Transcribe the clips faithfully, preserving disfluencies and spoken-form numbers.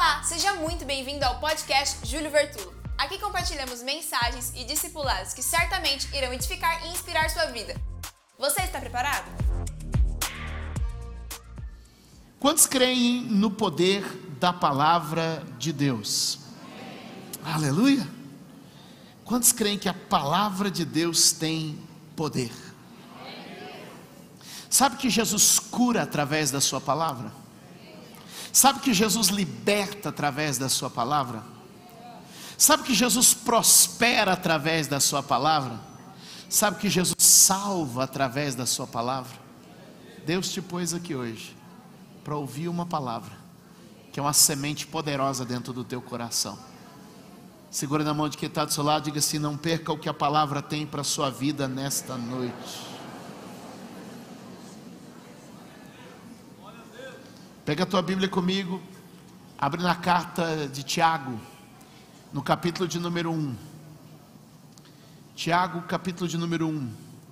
Olá, seja muito bem-vindo ao podcast Júlio Vertulo. Aqui compartilhamos mensagens e discipulados que certamente irão edificar e inspirar sua vida. Você está preparado? Quantos creem no poder da palavra de Deus? Amém. Aleluia! Quantos creem que a palavra de Deus tem poder? Amém. Sabe que Jesus cura através da sua palavra? Sabe que Jesus liberta através da sua palavra? Sabe que Jesus prospera através da sua palavra? Sabe que Jesus salva através da sua palavra? Deus te pôs aqui hoje para ouvir uma palavra que é uma semente poderosa dentro do teu coração. Segura na mão de quem está do seu lado e diga assim: não perca o que a palavra tem para a sua vida nesta noite. Pega a tua Bíblia comigo, abre na carta de Tiago, no capítulo de número um. Tiago, capítulo de número um.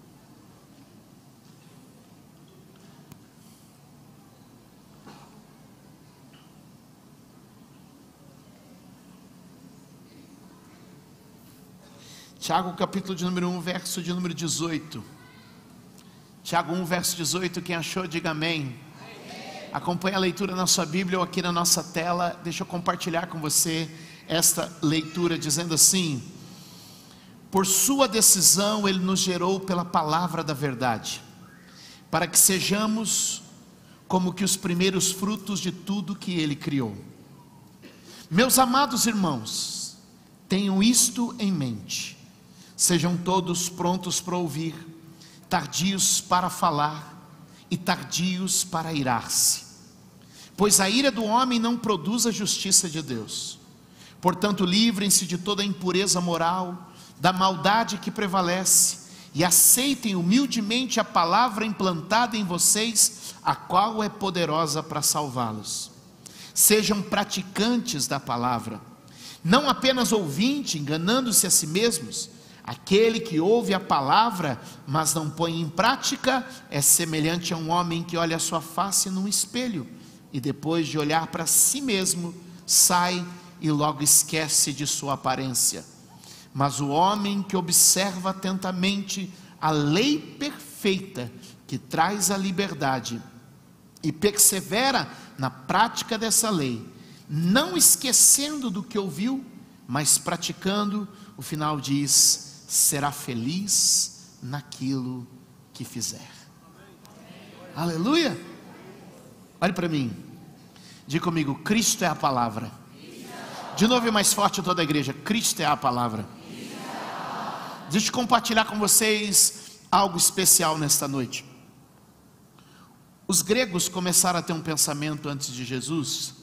Tiago, capítulo de número um, verso de número dezoito. Tiago um, verso dezoito, quem achou, diga amém. Acompanhe a leitura na sua Bíblia ou aqui na nossa tela. Deixa eu compartilhar com você esta leitura, dizendo assim: por sua decisão Ele nos gerou pela palavra da verdade, para que sejamos como que os primeiros frutos de tudo que Ele criou. Meus amados irmãos, tenham isto em mente: sejam todos prontos para ouvir, tardios para falar e tardios para irar-se, pois a ira do homem não produz a justiça de Deus. Portanto, livrem-se de toda a impureza moral, da maldade que prevalece, e aceitem humildemente a palavra implantada em vocês, a qual é poderosa para salvá-los. Sejam praticantes da palavra, não apenas ouvintes, enganando-se a si mesmos. Aquele que ouve a palavra, mas não põe em prática, é semelhante a um homem que olha a sua face num espelho, e depois de olhar para si mesmo, sai e logo esquece de sua aparência. Mas o homem que observa atentamente a lei perfeita, que traz a liberdade, e persevera na prática dessa lei, não esquecendo do que ouviu, mas praticando, o final diz: será feliz naquilo que fizer. Amém. Aleluia! Olhe para mim, diga comigo: Cristo é a palavra. De novo e mais forte toda a igreja: Cristo é a palavra. Deixa eu compartilhar com vocês algo especial nesta noite. Os gregos começaram a ter um pensamento antes de Jesus,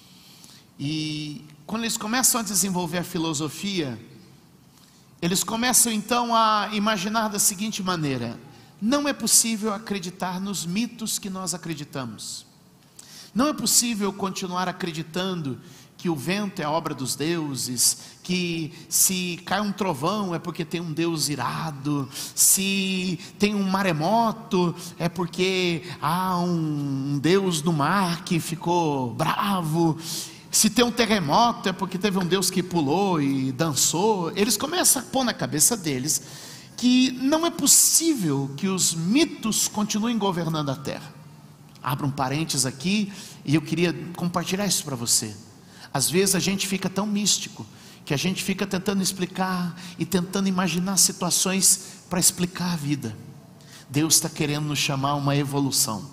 e quando eles começam a desenvolver a filosofia, eles começam então a imaginar da seguinte maneira: não é possível acreditar nos mitos que nós acreditamos. Não é possível continuar acreditando que o vento é obra dos deuses, que se cai um trovão é porque tem um Deus irado, se tem um maremoto é porque há um Deus no mar que ficou bravo, se tem um terremoto é porque teve um Deus que pulou e dançou. Eles começam a pôr na cabeça deles que não é possível que os mitos continuem governando a terra. Abra um parênteses aqui, e eu queria compartilhar isso para você. Às vezes a gente fica tão místico, que a gente fica tentando explicar e tentando imaginar situações para explicar a vida. Deus está querendo nos chamar a uma evolução.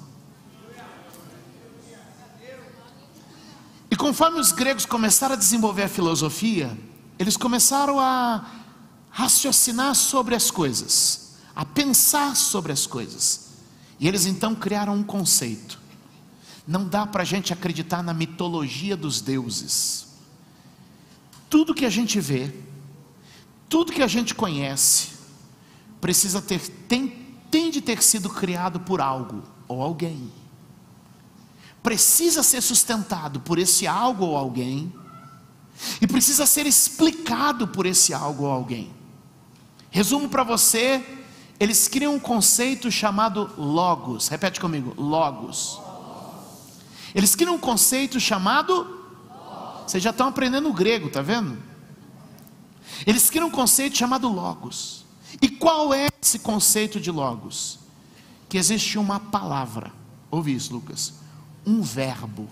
E conforme os gregos começaram a desenvolver a filosofia, eles começaram a raciocinar sobre as coisas, a pensar sobre as coisas. E eles então criaram um conceito: não dá para a gente acreditar na mitologia dos deuses. Tudo que a gente vê, tudo que a gente conhece, precisa ter, tem, tem de ter sido criado por algo ou alguém. Precisa ser sustentado por esse algo ou alguém, e precisa ser explicado por esse algo ou alguém. Resumo para você: eles criam um conceito chamado logos. Repete comigo: logos. Eles criam um conceito chamado Vocês já estão aprendendo o grego, tá vendo? Eles criam um conceito chamado logos. E qual é esse conceito de logos? Que existe uma palavra, ouve isso, Lucas, um verbo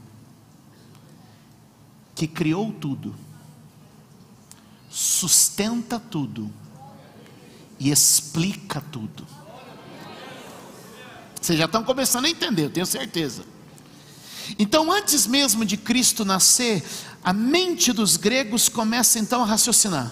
que criou tudo, sustenta tudo e explica tudo. Vocês já estão começando a entender, eu tenho certeza. Então, antes mesmo de Cristo nascer, a mente dos gregos começa então a raciocinar.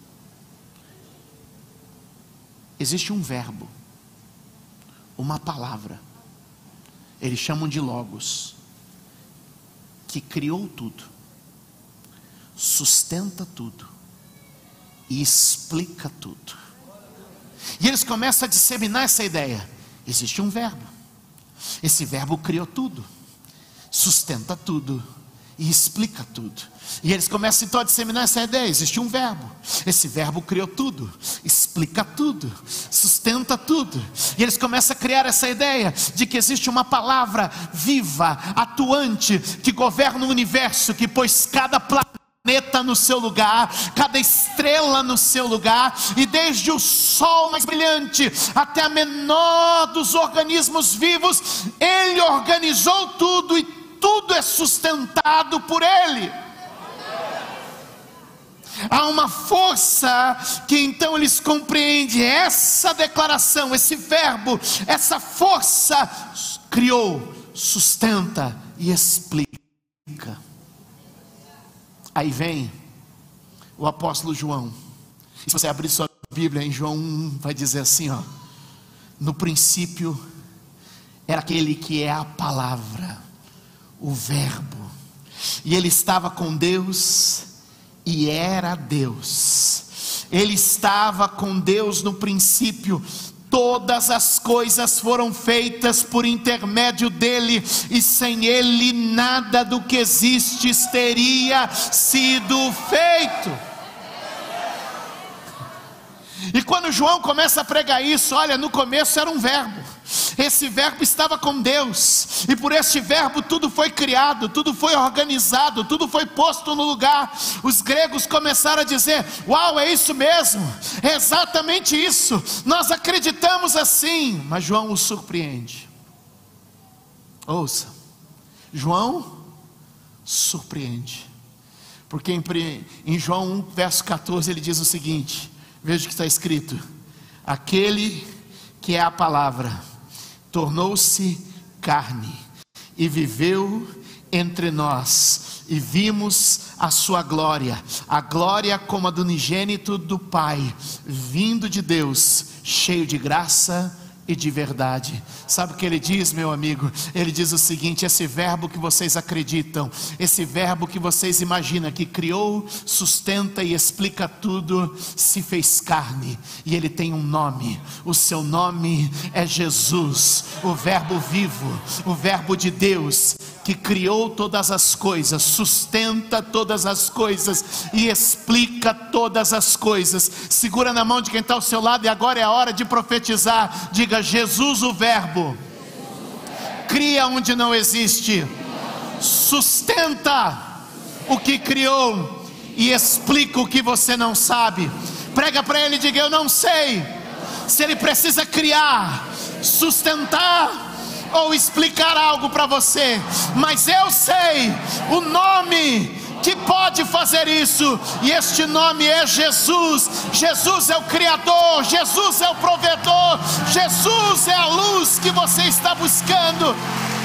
Existe um verbo, uma palavra, eles chamam de logos, que criou tudo, sustenta tudo e explica tudo. E eles começam a disseminar essa ideia. Existe um verbo, esse verbo criou tudo, sustenta tudo e explica tudo. E eles começam então a disseminar essa ideia. Existe um verbo, esse verbo criou tudo, explica tudo, sustenta tudo. E eles começam a criar essa ideia de que existe uma palavra viva, atuante, que governa o universo, que pôs cada planeta no seu lugar, cada estrela no seu lugar, e desde o sol mais brilhante até a menor dos organismos vivos, ele organizou tudo e tudo é sustentado por ele. Há uma força que então eles compreendem essa declaração, esse verbo, essa força criou, sustenta e explica. Aí vem o apóstolo João. E se você abrir sua Bíblia em João um, vai dizer assim, ó: no princípio era aquele que é a palavra, o verbo, e ele estava com Deus e era Deus. Ele estava com Deus no princípio. Todas as coisas foram feitas por intermédio dele, e sem ele nada do que existe teria sido feito. E quando João começa a pregar isso, olha, no começo era um verbo, esse verbo estava com Deus, e por este verbo tudo foi criado, tudo foi organizado, tudo foi posto no lugar. Os gregos começaram a dizer: uau, é isso mesmo, é exatamente isso, nós acreditamos assim. Mas João os surpreende. Ouça, João surpreende, porque em, em João um verso quatorze ele diz o seguinte, veja o que está escrito: aquele que é a palavra tornou-se carne e viveu entre nós, e vimos a sua glória, a glória como a do unigênito do Pai, vindo de Deus, cheio de graça e de verdade. Sabe o que ele diz, meu amigo? Ele diz o seguinte: esse verbo que vocês acreditam, esse verbo que vocês imaginam, que criou, sustenta e explica tudo, se fez carne, e ele tem um nome. O seu nome é Jesus, o verbo vivo, o verbo de Deus, que criou todas as coisas, sustenta todas as coisas e explica todas as coisas. Segura na mão de quem está ao seu lado, e agora é a hora de profetizar. Diga: Jesus o verbo cria onde não existe, sustenta o que criou e explica o que você não sabe. Prega para ele e diga: eu não sei se ele precisa criar, sustentar ou explicar algo para você, mas eu sei o nome que pode fazer isso, e este nome é Jesus. Jesus é o Criador, Jesus é o provedor, Jesus é a luz que você está buscando.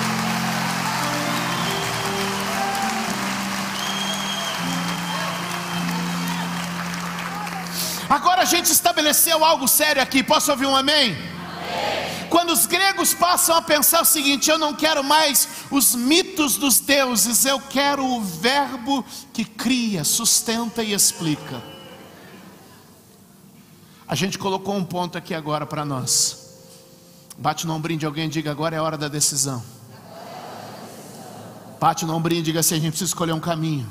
Agora a gente estabeleceu algo sério aqui, posso ouvir um amém? Quando os gregos passam a pensar o seguinte: eu não quero mais os mitos dos deuses, eu quero o verbo que cria, sustenta e explica. A gente colocou um ponto aqui agora para nós. Bate no ombrinho de alguém e diga: agora é a hora da decisão. Bate no ombrinho e diga assim: a gente precisa escolher um caminho.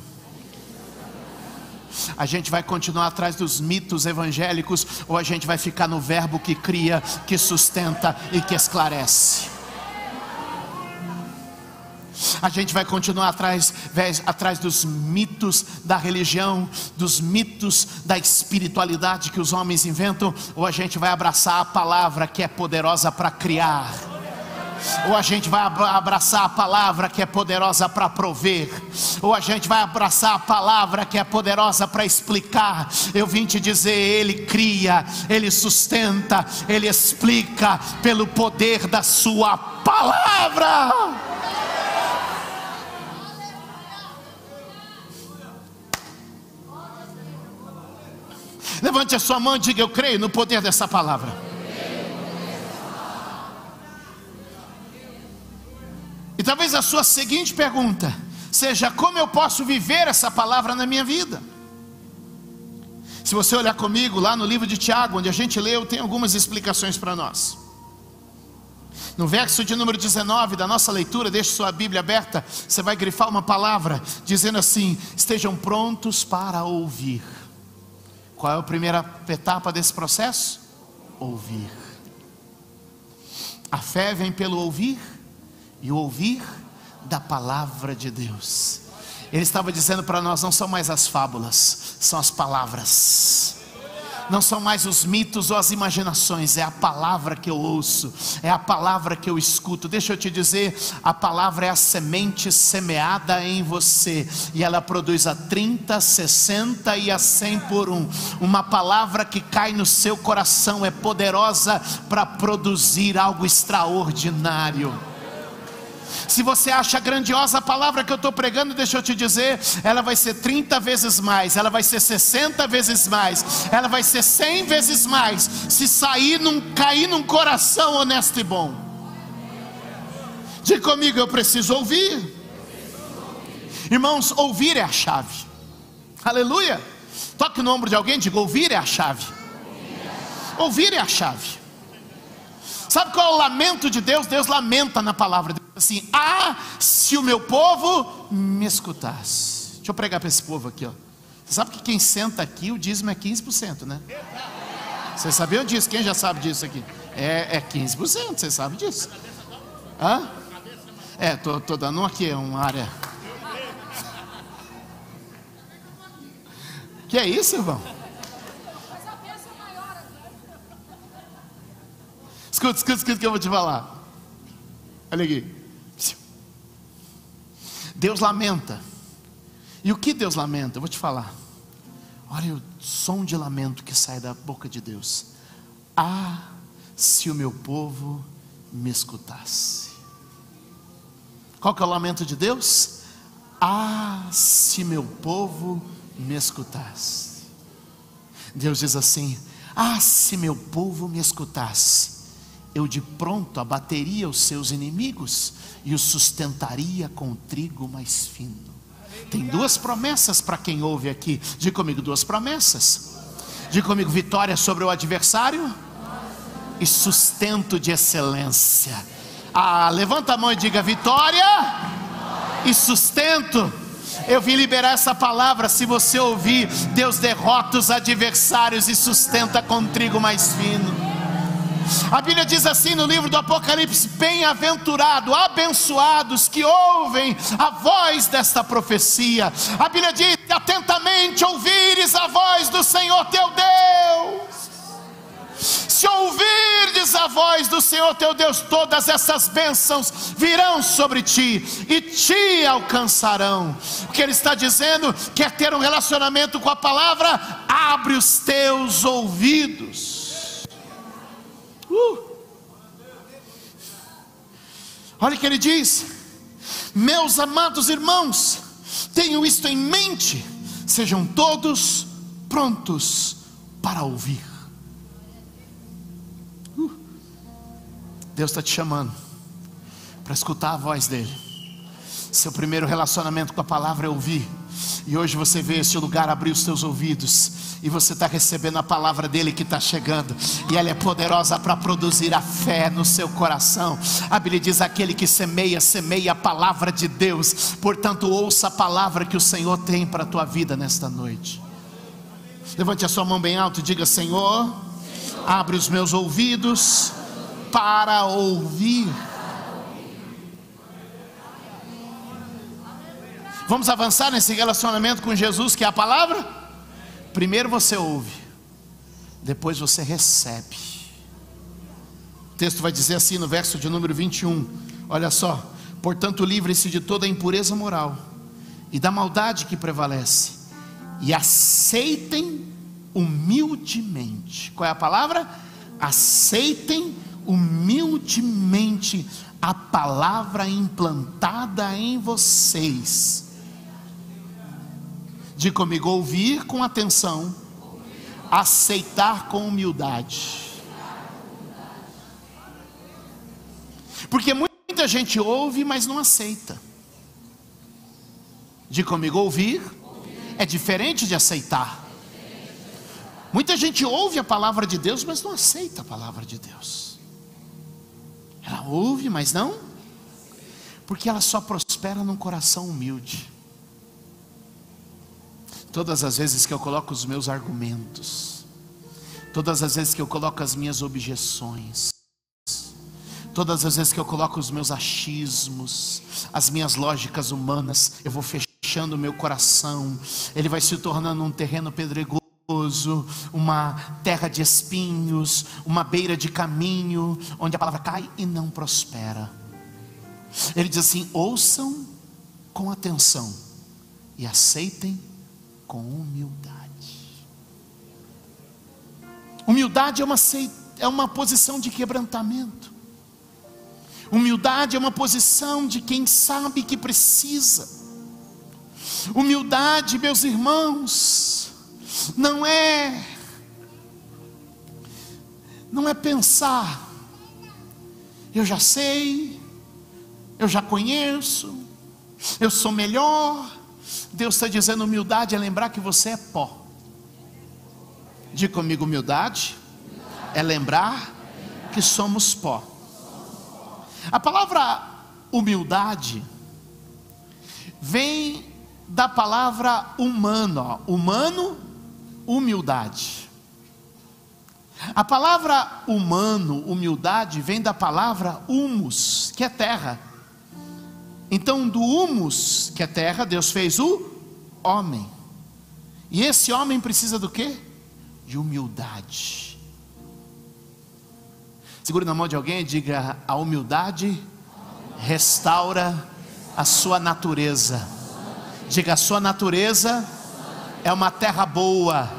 A gente vai continuar atrás dos mitos evangélicos, ou a gente vai ficar no verbo que cria, que sustenta e que esclarece? A gente vai continuar atrás, atrás dos mitos da religião, dos mitos da espiritualidade que os homens inventam, ou a gente vai abraçar a palavra que é poderosa para criar, ou a gente vai abraçar a palavra que é poderosa para prover, ou a gente vai abraçar a palavra que é poderosa para explicar. Eu vim te dizer, Ele cria, Ele sustenta, Ele explica pelo poder da sua palavra. Levante a sua mão e diga: eu creio no poder dessa palavra. E talvez a sua seguinte pergunta seja: como eu posso viver essa palavra na minha vida? Se você olhar comigo lá no livro de Tiago, onde a gente leu, tem algumas explicações para nós. No verso de número dezenove da nossa leitura, deixe sua Bíblia aberta, você vai grifar uma palavra dizendo assim: estejam prontos para ouvir. Qual é a primeira etapa desse processo? Ouvir. A fé vem pelo ouvir, e o ouvir da palavra de Deus. Ele estava dizendo para nós: não são mais as fábulas, são as palavras. Não são mais os mitos ou as imaginações, é a palavra que eu ouço, é a palavra que eu escuto. Deixa eu te dizer, a palavra é a semente semeada em você, e ela produz a trinta, sessenta e a cem por um. Uma palavra que cai no seu coração é poderosa para produzir algo extraordinário. Se você acha grandiosa a palavra que eu estou pregando, deixa eu te dizer, ela vai ser trinta vezes mais, ela vai ser sessenta vezes mais, ela vai ser cem vezes mais, se sair num, cair num coração honesto e bom. Diga comigo: eu preciso ouvir. Irmãos, ouvir é a chave. Aleluia. Toque no ombro de alguém e diga: ouvir é a chave. Ouvir é a chave. Sabe qual é o lamento de Deus? Deus lamenta na palavra de Deus assim: ah, se o meu povo me escutasse. Deixa eu pregar para esse povo aqui, ó. Você sabe que quem senta aqui, o dízimo é quinze por cento, né? Você sabia disso? Quem já sabe disso aqui? É, é quinze por cento, você sabe disso? Hã? É, tô, tô dando aqui uma área. Que é isso, irmão? Escuta, escuta, escuta o que eu vou te falar. Olha aqui. Deus lamenta. E o que Deus lamenta? Eu vou te falar. Olha o som de lamento que sai da boca de Deus. Ah, se o meu povo me escutasse. Qual que é o lamento de Deus? Ah, se meu povo me escutasse. Deus diz assim: ah, se meu povo me escutasse, eu de pronto abateria os seus inimigos e os sustentaria com trigo mais fino. Tem duas promessas para quem ouve aqui. Diga comigo: duas promessas. Diga comigo: vitória sobre o adversário e sustento de excelência. Ah, levanta a mão e diga: vitória e sustento. Eu vim liberar essa palavra. Se você ouvir, Deus derrota os adversários e sustenta com trigo mais fino. A Bíblia diz assim no livro do Apocalipse: bem-aventurado, abençoados que ouvem a voz desta profecia. A Bíblia diz: atentamente ouvires a voz do Senhor teu Deus. Se ouvirdes a voz do Senhor teu Deus, todas essas bênçãos virão sobre ti e te alcançarão. O que ele está dizendo? Quer ter um relacionamento com a palavra? Abre os teus ouvidos. Uh. Olha o que ele diz: meus amados irmãos, tenham isto em mente, sejam todos prontos para ouvir. uh. Deus está te chamando para escutar a voz dele. Seu primeiro relacionamento com a palavra é ouvir. E hoje você vê esse lugar abrir os seus ouvidos, e você está recebendo a palavra dele que está chegando, e ela é poderosa para produzir a fé no seu coração. A Bíblia diz: aquele que semeia, semeia a palavra de Deus. Portanto, ouça a palavra que o Senhor tem para a tua vida nesta noite. Levante a sua mão bem alto e diga: Senhor, abre os meus ouvidos para ouvir. Vamos avançar nesse relacionamento com Jesus, que é a palavra? Primeiro você ouve, depois você recebe. O texto vai dizer assim no verso de número vinte e um, olha só: portanto livre-se de toda a impureza moral e da maldade que prevalece, e aceitem humildemente. Qual é a palavra? Aceitem humildemente a palavra implantada em vocês. Diga comigo: ouvir com atenção, aceitar com humildade. Porque muita gente ouve, mas não aceita. Diga comigo: ouvir é diferente de aceitar. Muita gente ouve a palavra de Deus, mas não aceita a palavra de Deus. Ela ouve, mas não, porque ela só prospera num coração humilde. Todas as vezes que eu coloco os meus argumentos, todas as vezes que eu coloco as minhas objeções, todas as vezes que eu coloco os meus achismos, as minhas lógicas humanas, eu vou fechando o meu coração. Ele vai se tornando um terreno pedregoso, uma terra de espinhos, uma beira de caminho, onde a palavra cai e não prospera. Ele diz assim: ouçam com atenção e aceitem com humildade. Humildade é uma, é uma posição de quebrantamento. Humildade é uma posição de quem sabe que precisa. Humildade, meus irmãos, não é não é pensar: eu já sei, eu já conheço, eu sou melhor. Deus está dizendo: humildade é lembrar que você é pó. Diga comigo: humildade é lembrar que somos pó. A palavra humildade vem da palavra humano, ó. Humano, humildade. A palavra humano, humildade, vem da palavra humus, que é terra. Então do humus, que é terra, Deus fez o homem. E esse homem precisa do quê? De humildade. Segure na mão de alguém e diga: a humildade restaura a sua natureza. Diga: a sua natureza é uma terra boa.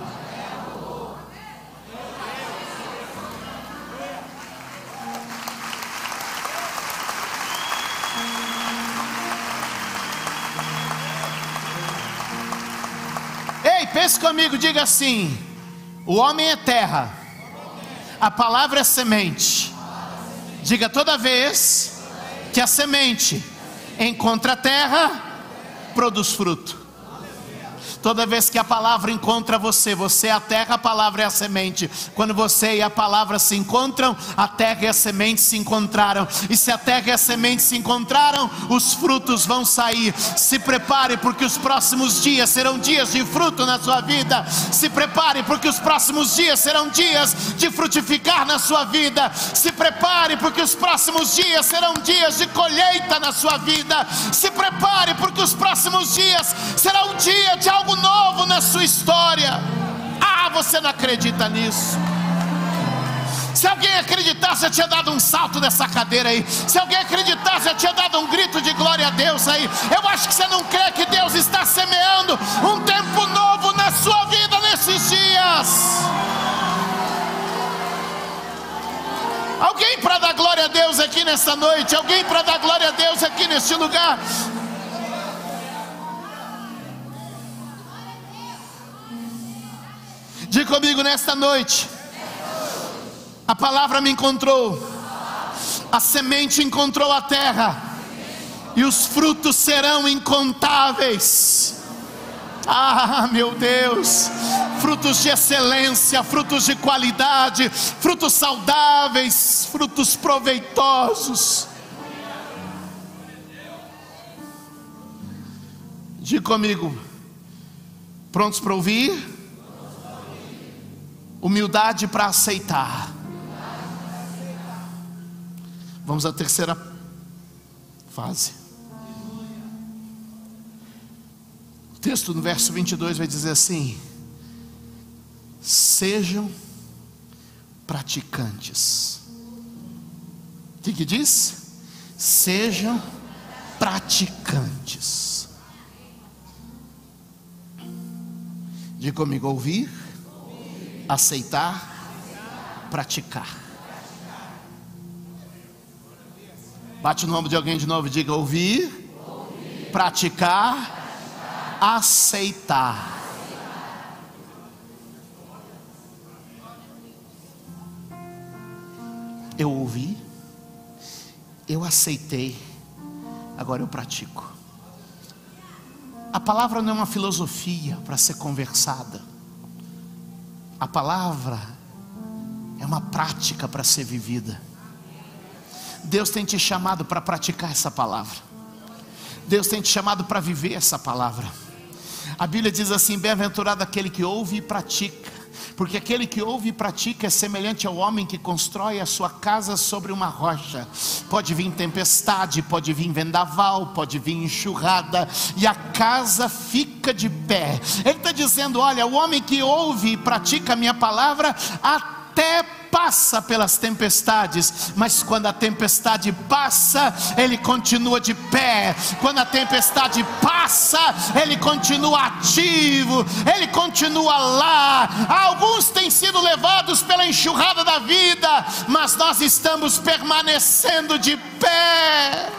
Ei, pense comigo, diga assim: o homem é terra, a palavra é semente. Diga: toda vez que a semente encontra a terra, produz fruto. Toda vez que a palavra encontra você, você é a terra, a palavra é a semente. Quando você e a palavra se encontram, a terra e a semente se encontraram. E se a terra e a semente se encontraram, os frutos vão sair. Se prepare, porque os próximos dias serão dias de fruto na sua vida. Se prepare, porque os próximos dias serão dias de frutificar na sua vida. Se prepare, porque os próximos dias serão dias de colheita na sua vida. Se prepare, porque os próximos dias serão um dia de algo novo na sua história. Ah, você não acredita nisso? Se alguém acreditasse, eu tinha dado um salto dessa cadeira aí. Se alguém acreditasse, eu tinha dado um grito de glória a Deus aí. Eu acho que você não crê que Deus está semeando um tempo novo na sua vida nesses dias. Alguém para dar glória a Deus aqui nessa noite? Alguém para dar glória a Deus aqui neste lugar? Diga comigo: nesta noite, a palavra me encontrou, a semente encontrou a terra, e os frutos serão incontáveis. Ah, meu Deus, frutos de excelência, frutos de qualidade, frutos saudáveis, frutos proveitosos. Diga comigo: prontos para ouvir? Humildade para aceitar. Vamos à terceira fase. O texto no verso vinte e dois vai dizer assim: sejam praticantes. O que que diz? Sejam praticantes. Diga comigo: ouvir, aceitar, praticar. Bate o nome de alguém de novo e diga: ouvir, praticar, aceitar. Eu ouvi, eu aceitei, agora eu pratico. A palavra não é uma filosofia para ser conversada. A palavra é uma prática para ser vivida. Deus tem te chamado para praticar essa palavra. Deus tem te chamado para viver essa palavra. A Bíblia diz assim: bem-aventurado aquele que ouve e pratica, porque aquele que ouve e pratica é semelhante ao homem que constrói a sua casa sobre uma rocha. Pode vir tempestade, pode vir vendaval, pode vir enxurrada, e a casa fica de pé. Ele está dizendo: olha, o homem que ouve e pratica a minha palavra até passa pelas tempestades, mas quando a tempestade passa, ele continua de pé. Quando a tempestade passa, ele continua ativo, ele continua lá. Alguns têm sido levados pela enxurrada da vida, mas nós estamos permanecendo de pé.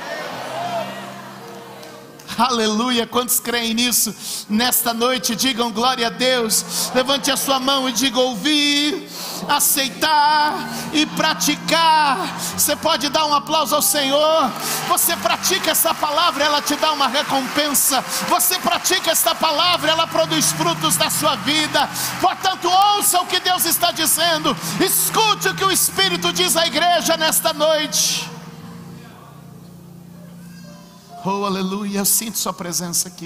Aleluia. Quantos creem nisso nesta noite? Digam glória a Deus. Levante a sua mão e diga: ouvir, aceitar e praticar. Você pode dar um aplauso ao Senhor. Você pratica essa palavra, ela te dá uma recompensa. Você pratica esta palavra, ela produz frutos na sua vida. Portanto, ouça o que Deus está dizendo. Escute o que o Espírito diz à igreja nesta noite. Oh, aleluia, eu sinto sua presença aqui.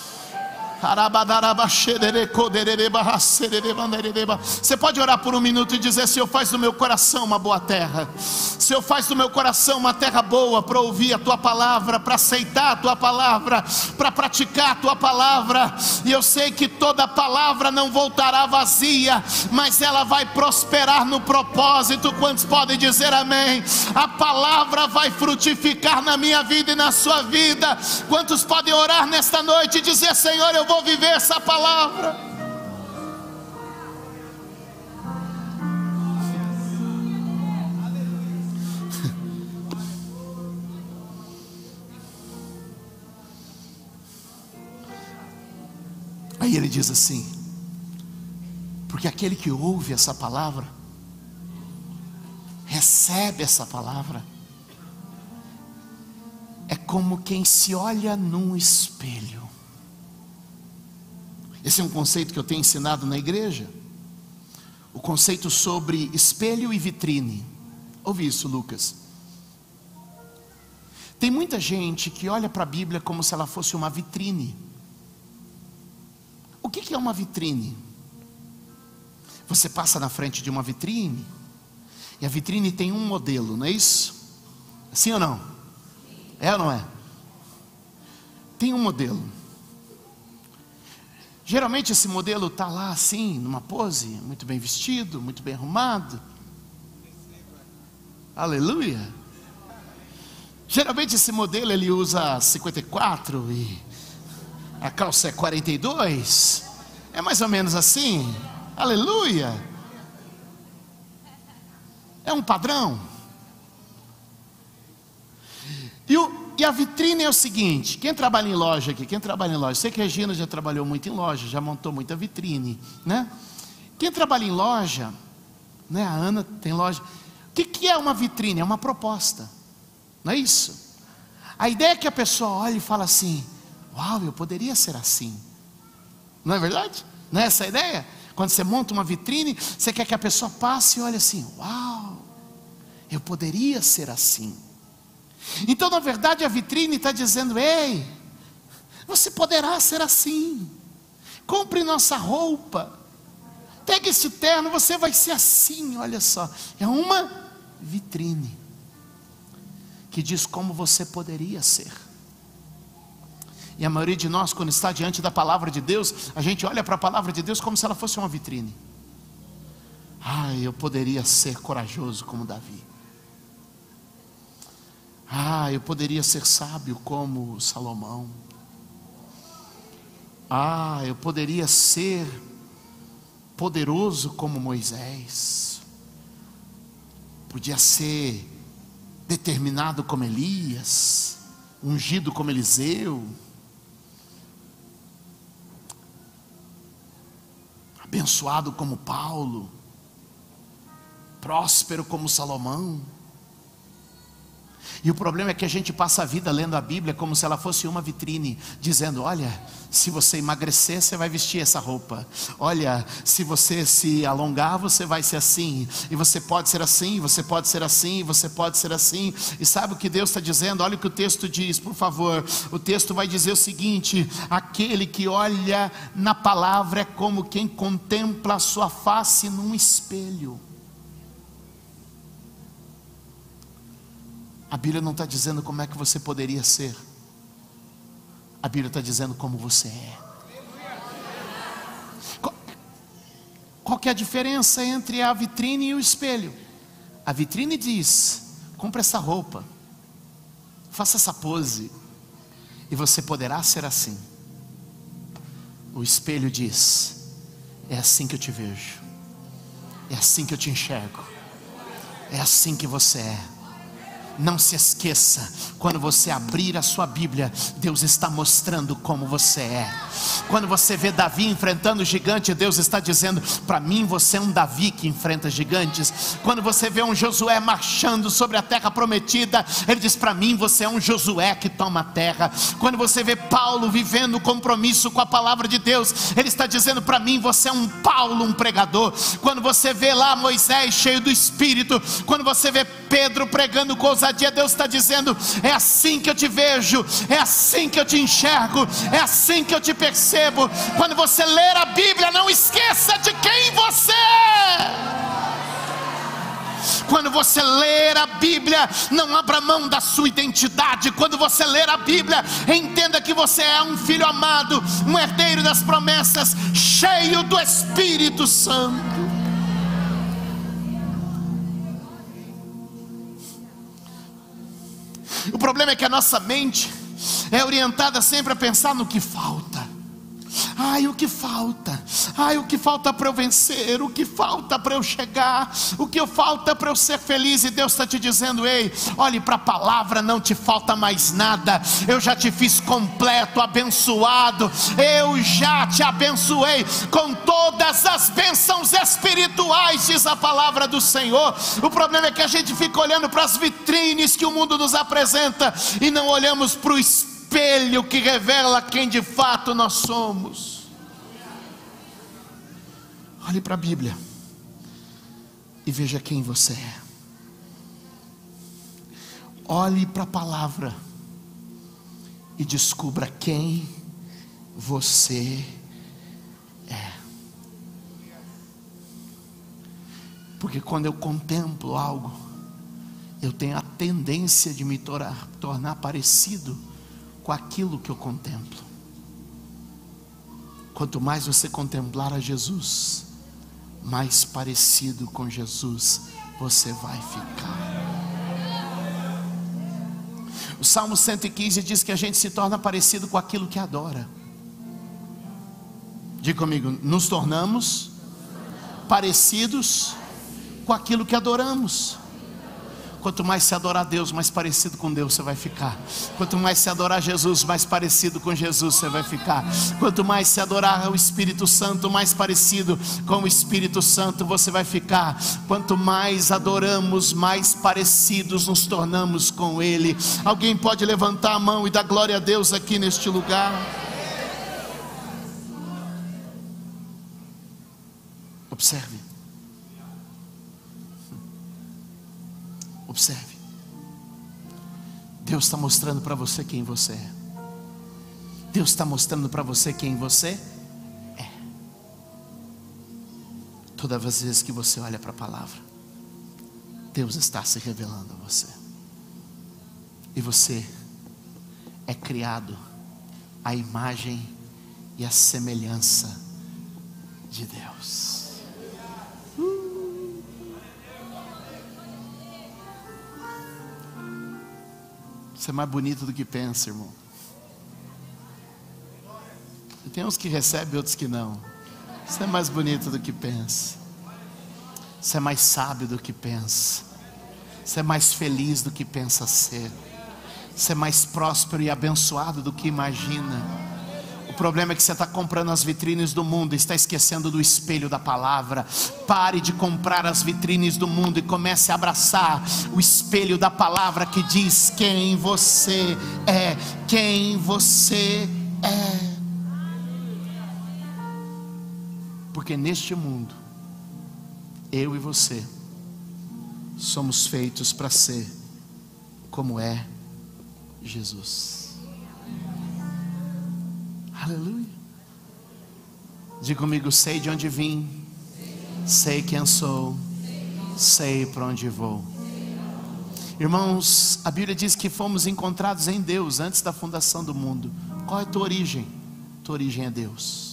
Você pode orar por um minuto e dizer: Senhor, faz do meu coração uma boa terra. Senhor, faz do meu coração uma terra boa para ouvir a Tua palavra, para aceitar a Tua palavra, para praticar a Tua palavra. E eu sei que toda palavra não voltará vazia, mas ela vai prosperar no propósito. Quantos podem dizer amém? A palavra vai frutificar na minha vida e na sua vida. Quantos podem orar nesta noite e dizer: Senhor, eu vou Vou viver essa palavra. Aí ele diz assim: porque aquele que ouve essa palavra, recebe essa palavra, é como quem se olha num espelho. Esse é um conceito que eu tenho ensinado na igreja. O conceito sobre espelho e vitrine. Ouve isso, Lucas. Tem muita gente que olha para a Bíblia como se ela fosse uma vitrine. O que é uma vitrine? Você passa na frente de uma vitrine, e a vitrine tem um modelo, não é isso? Sim ou não? É ou não é? Tem um modelo. Geralmente esse modelo está lá assim, numa pose, muito bem vestido, muito bem arrumado. Aleluia. Geralmente esse modelo ele usa cinquenta e quatro e a calça é quarenta e dois. É mais ou menos assim. Aleluia. É um padrão. E o E a vitrine é o seguinte: quem trabalha em loja aqui, quem trabalha em loja, sei que a Regina já trabalhou muito em loja, já montou muita vitrine, né? Quem trabalha em loja, né? A Ana tem loja. O que, que é uma vitrine? É uma proposta, não é isso? A ideia é que a pessoa olha e fala assim: uau, eu poderia ser assim. Não é verdade? Não é essa a ideia? Quando você monta uma vitrine, você quer que a pessoa passe e olhe assim: uau, eu poderia ser assim. Então, na verdade, a vitrine está dizendo: ei, você poderá ser assim. Compre nossa roupa, pegue esse terno, você vai ser assim. Olha só, é uma vitrine que diz como você poderia ser. E a maioria de nós, quando está diante da palavra de Deus, a gente olha para a palavra de Deus como se ela fosse uma vitrine. Ah, eu poderia ser corajoso como Davi. Ah, eu poderia ser sábio como Salomão. Ah, eu poderia ser poderoso como Moisés. Podia ser determinado como Elias, ungido como Eliseu, abençoado como Paulo, próspero como Salomão. E o problema é que a gente passa a vida lendo a Bíblia como se ela fosse uma vitrine, dizendo: olha, se você emagrecer, você vai vestir essa roupa. Olha, se você se alongar, você vai ser assim. E você pode ser assim, você pode ser assim, você pode ser assim. E sabe o que Deus está dizendo? Olha o que o texto diz, por favor. O texto vai dizer o seguinte: aquele que olha na palavra é como quem contempla a sua face num espelho. A Bíblia não está dizendo como é que você poderia ser. A Bíblia está dizendo como você é. Qual, qual que é a diferença entre a vitrine e o espelho? A vitrine diz: compre essa roupa, faça essa pose, e você poderá ser assim. O espelho diz: é assim que eu te vejo, é assim que eu te enxergo, é assim que você é. Não se esqueça, quando você abrir a sua Bíblia, Deus está mostrando como você é. Quando você vê Davi enfrentando o gigante, Deus está dizendo: para mim você é um Davi que enfrenta gigantes. Quando você vê um Josué marchando sobre a terra prometida, ele diz: para mim você é um Josué que toma a terra. Quando você vê Paulo vivendo o compromisso com a palavra de Deus, ele está dizendo: para mim você é um Paulo, um pregador. Quando você vê lá Moisés cheio do Espírito, quando você vê Pedro pregando com ousadia, Deus está dizendo: é assim que eu te vejo, é assim que eu te enxergo, é assim que eu te percebo. Quando você ler a Bíblia, não esqueça de quem você é. Quando você ler a Bíblia, não abra mão da sua identidade. Quando você ler a Bíblia, entenda que você é um filho amado, um herdeiro das promessas, cheio do Espírito Santo. O problema é que a nossa mente é orientada sempre a pensar no que falta. Ai, o que falta? Ai, o que falta para eu vencer? O que falta para eu chegar? O que falta para eu ser feliz? E Deus está te dizendo: ei, olhe para a palavra, não te falta mais nada. Eu já te fiz completo, abençoado. Eu já te abençoei com todas as bênçãos espirituais, diz a palavra do Senhor. O problema é que a gente fica olhando para as vitrines que o mundo nos apresenta e não olhamos para o espírito, espelho que revela quem de fato nós somos. Olhe para a Bíblia e veja quem você é. Olhe para a palavra e descubra quem você é. Porque quando eu contemplo algo, eu tenho a tendência de me tornar, tornar parecido com aquilo que eu contemplo. Quanto mais você contemplar a Jesus, mais parecido com Jesus você vai ficar. O Salmo cento e quinze diz que a gente se torna parecido com aquilo que adora. Diga comigo: nos tornamos parecidos com aquilo que adoramos. Quanto mais se adorar a Deus, mais parecido com Deus você vai ficar. Quanto mais se adorar Jesus, mais parecido com Jesus você vai ficar. Quanto mais se adorar o Espírito Santo, mais parecido com o Espírito Santo você vai ficar. Quanto mais adoramos, mais parecidos nos tornamos com Ele. Alguém pode levantar a mão e dar glória a Deus aqui neste lugar? Observe. Observe. Deus está mostrando para você quem você é. Deus está mostrando para você quem você é. Todas as vezes que você olha para a palavra, Deus está se revelando a você. E você é criado a imagem e a semelhança de Deus. Uh. Você é mais bonito do que pensa, irmão. E tem uns que recebem, outros que não. Você é mais bonito do que pensa. Você é mais sábio do que pensa. Você é mais feliz do que pensa ser. Você é mais próspero e abençoado do que imagina. O problema é que você está comprando as vitrines do mundo e está esquecendo do espelho da palavra. Pare de comprar as vitrines do mundo e comece a abraçar o espelho da palavra que diz quem você é, quem você é. Porque neste mundo, eu e você somos feitos para ser como é Jesus. Aleluia. Diga comigo: sei de onde vim, sei quem sou, sei para onde vou. Irmãos, a Bíblia diz que fomos encontrados em Deus antes da fundação do mundo. Qual é a tua origem? Tua origem é Deus.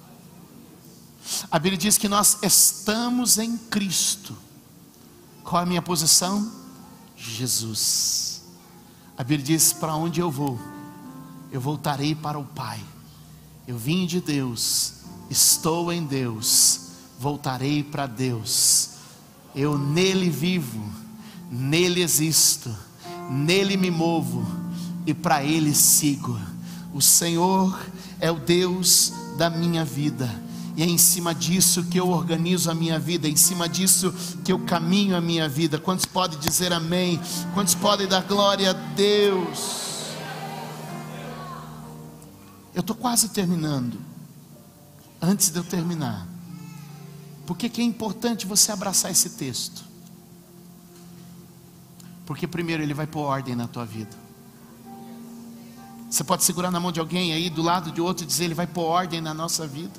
A Bíblia diz que nós estamos em Cristo. Qual é a minha posição? Jesus. A Bíblia diz: para onde eu vou, eu voltarei para o Pai. Eu vim de Deus, estou em Deus, voltarei para Deus. Eu nele vivo, nele existo, nele me movo e para ele sigo. O Senhor é o Deus da minha vida. E é em cima disso que eu organizo a minha vida, é em cima disso que eu caminho a minha vida. Quantos podem dizer amém? Quantos podem dar glória a Deus? Eu estou quase terminando. Antes de eu terminar, por que que é importante você abraçar esse texto? Porque primeiro ele vai pôr ordem na tua vida. Você pode segurar na mão de alguém aí do lado de outro e dizer: ele vai pôr ordem na nossa vida.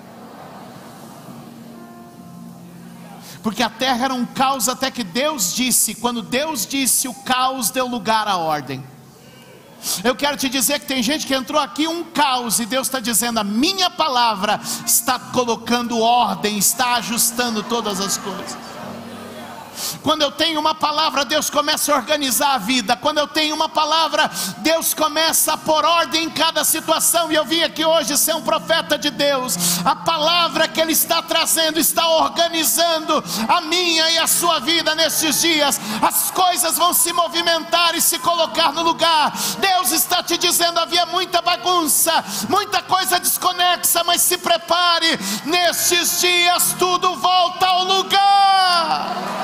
Porque a terra era um caos até que Deus disse. Quando Deus disse, o caos deu lugar à ordem. Eu quero te dizer que tem gente que entrou aqui um caos e Deus está dizendo: a minha palavra está colocando ordem, está ajustando todas as coisas. Quando eu tenho uma palavra, Deus começa a organizar a vida. Quando eu tenho uma palavra, Deus começa a pôr ordem em cada situação. E eu vim aqui hoje ser um profeta de Deus. A palavra que Ele está trazendo está organizando a minha e a sua vida nesses dias. As coisas vão se movimentar e se colocar no lugar. Deus está te dizendo: havia muita bagunça, muita coisa desconexa, mas se prepare, nestes dias tudo volta ao lugar.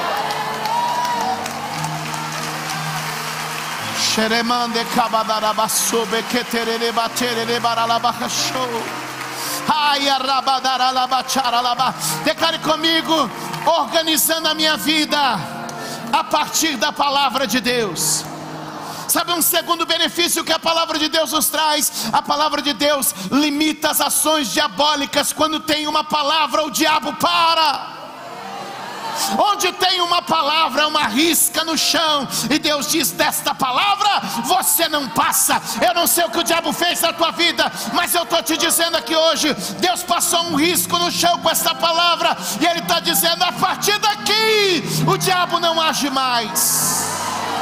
Xeremande kabadarabasobe keterere baterere baralabachou. Ai arabadaralabacharalaba. Declare comigo: organizando a minha vida a partir da palavra de Deus. Sabe um segundo benefício que a palavra de Deus nos traz? A palavra de Deus limita as ações diabólicas. Quando tem uma palavra, o diabo para. Onde tem uma palavra, uma risca no chão, e Deus diz: desta palavra você não passa. Eu não sei o que o diabo fez na tua vida, mas eu estou te dizendo aqui hoje, Deus passou um risco no chão com esta palavra, e Ele está dizendo: a partir daqui o diabo não age mais.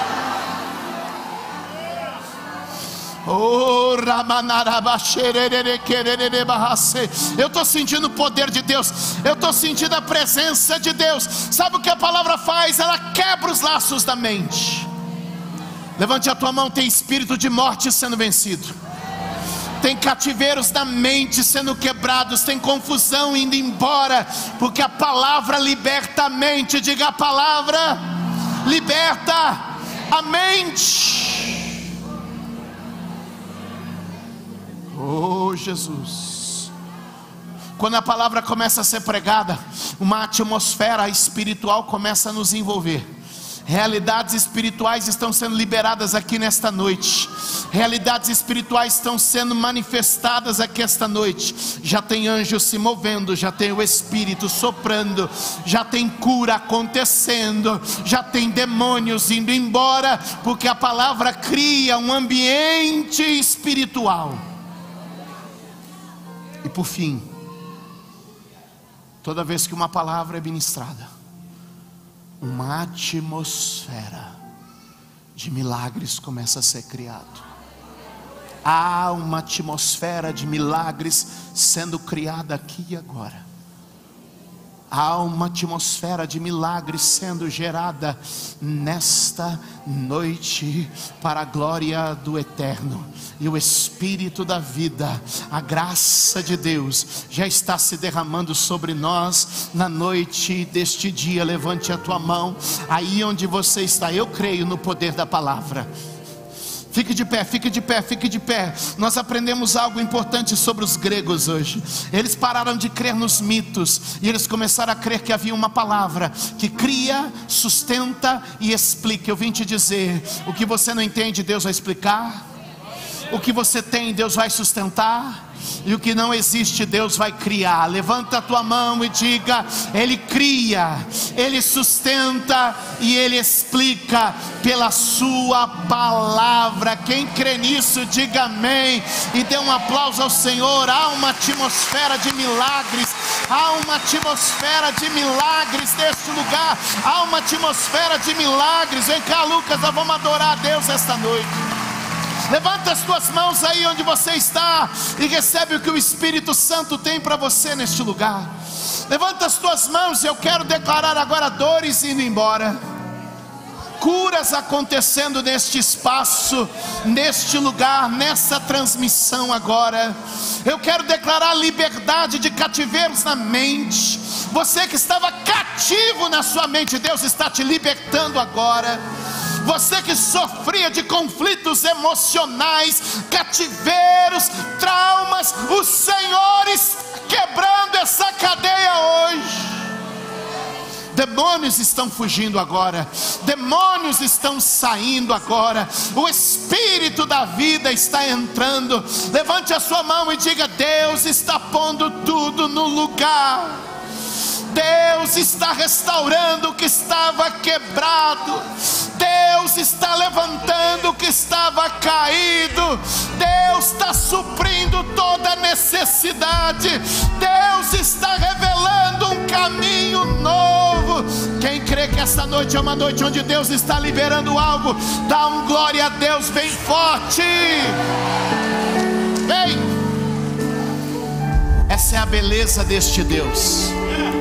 Oh, eu estou sentindo o poder de Deus, eu estou sentindo a presença de Deus. Sabe o que a palavra faz? Ela quebra os laços da mente. Levante a tua mão. Tem espírito de morte sendo vencido, tem cativeiros da mente sendo quebrados, tem confusão indo embora, porque a palavra liberta a mente. Diga: a palavra liberta a mente. Oh Jesus, quando a palavra começa a ser pregada, uma atmosfera espiritual começa a nos envolver. Realidades espirituais estão sendo liberadas aqui nesta noite. Realidades espirituais estão sendo manifestadas aqui esta noite. Já tem anjos se movendo, já tem o Espírito soprando, já tem cura acontecendo, já tem demônios indo embora, porque a palavra cria um ambiente espiritual. E por fim, toda vez que uma palavra é ministrada, uma atmosfera de milagres começa a ser criado. Há uma atmosfera de milagres sendo criada aqui e agora. Há uma atmosfera de milagres sendo gerada nesta noite para a glória do Eterno. E o Espírito da vida, a graça de Deus já está se derramando sobre nós na noite deste dia. Levante a tua mão aí onde você está. Eu creio no poder da palavra. Fique de pé, fique de pé, fique de pé. Nós aprendemos algo importante sobre os gregos hoje. Eles pararam de crer nos mitos e eles começaram a crer que havia uma palavra que cria, sustenta e explica. Eu vim te dizer, o que você não entende, Deus vai explicar. O que você tem, Deus vai sustentar. E o que não existe, Deus vai criar. Levanta a tua mão e diga: Ele cria, Ele sustenta e Ele explica pela sua palavra. Quem crê nisso, diga amém e dê um aplauso ao Senhor. Há uma atmosfera de milagres. Há uma atmosfera de milagres neste lugar. Há uma atmosfera de milagres. Vem cá, Lucas, nós vamos adorar a Deus esta noite. Levanta as tuas mãos aí onde você está e recebe o que o Espírito Santo tem para você neste lugar. Levanta as tuas mãos e eu quero declarar agora dores indo embora, curas acontecendo neste espaço, neste lugar, nessa transmissão agora. Eu quero declarar liberdade de cativeiros na mente. Você que estava cativo na sua mente, Deus está te libertando agora. Você que sofria de conflitos emocionais, cativeiros, traumas, o Senhor está quebrando essa cadeia hoje. Demônios estão fugindo agora, demônios estão saindo agora, o Espírito da vida está entrando. Levante a sua mão e diga: Deus está pondo tudo no lugar. Deus está restaurando o que estava quebrado. Deus está levantando o que estava caído. Deus está suprindo toda necessidade. Deus está revelando um caminho novo. Quem crê que essa noite é uma noite onde Deus está liberando algo, dá um glória a Deus bem forte. Ei, essa é a beleza deste Deus,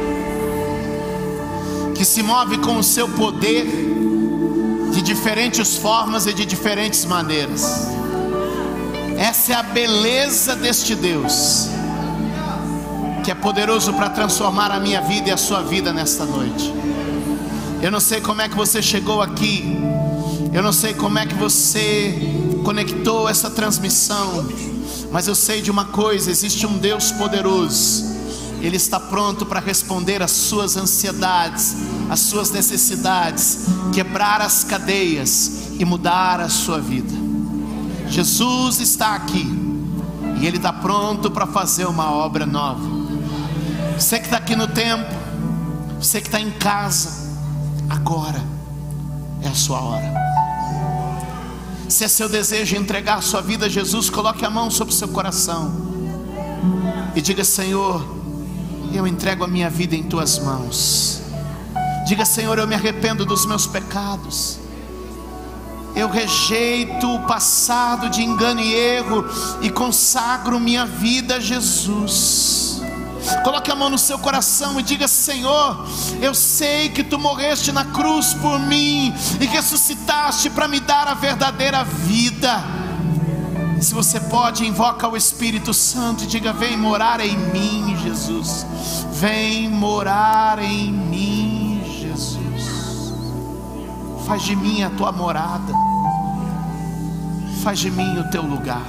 que se move com o seu poder de diferentes formas e de diferentes maneiras. Essa é a beleza deste Deus, que é poderoso para transformar a minha vida e a sua vida nesta noite. Eu não sei como é que você chegou aqui, eu não sei como é que você conectou essa transmissão, mas eu sei de uma coisa: existe um Deus poderoso. Ele está pronto para responder às suas ansiedades, às suas necessidades, quebrar as cadeias e mudar a sua vida. Jesus está aqui e Ele está pronto para fazer uma obra nova. Você que está aqui no templo, você que está em casa, agora é a sua hora. Se é seu desejo entregar a sua vida a Jesus, coloque a mão sobre o seu coração e diga: Senhor, eu entrego a minha vida em tuas mãos. Diga: Senhor, eu me arrependo dos meus pecados. Eu rejeito o passado de engano e erro e consagro minha vida a Jesus. Coloque a mão no seu coração e diga: Senhor, eu sei que tu morreste na cruz por mim e ressuscitaste para me dar a verdadeira vida. Se você pode, invoca o Espírito Santo e diga: vem morar em mim, Jesus. Vem morar em mim, Jesus. Faz de mim a tua morada. Faz de mim o teu lugar.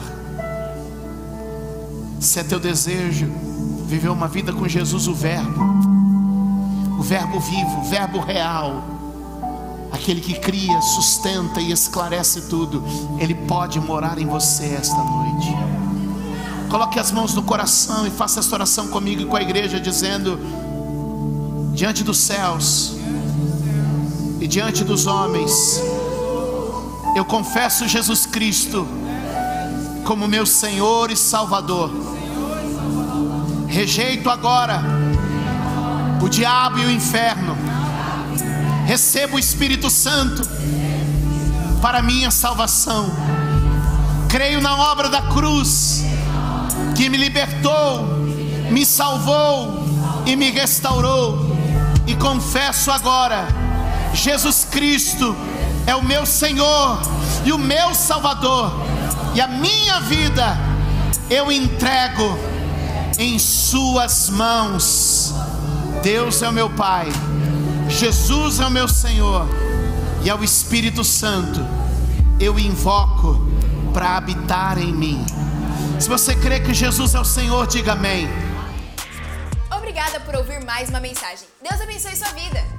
Se é teu desejo viver uma vida com Jesus, o Verbo, o Verbo vivo, o Verbo real, aquele que cria, sustenta e esclarece tudo, Ele pode morar em você esta noite. Coloque as mãos no coração e faça esta oração comigo e com a igreja, dizendo: diante dos céus e diante dos homens, eu confesso Jesus Cristo como meu Senhor e Salvador. Rejeito agora o diabo e o inferno. Recebo o Espírito Santo para minha salvação. Creio na obra da cruz que me libertou, me salvou e me restaurou. E confesso agora: Jesus Cristo é o meu Senhor e o meu Salvador, e a minha vida eu entrego em suas mãos. Deus é o meu Pai, Jesus é o meu Senhor, e ao Espírito Santo eu invoco para habitar em mim. Se você crê que Jesus é o Senhor, diga amém. Obrigada por ouvir mais uma mensagem. Deus abençoe sua vida.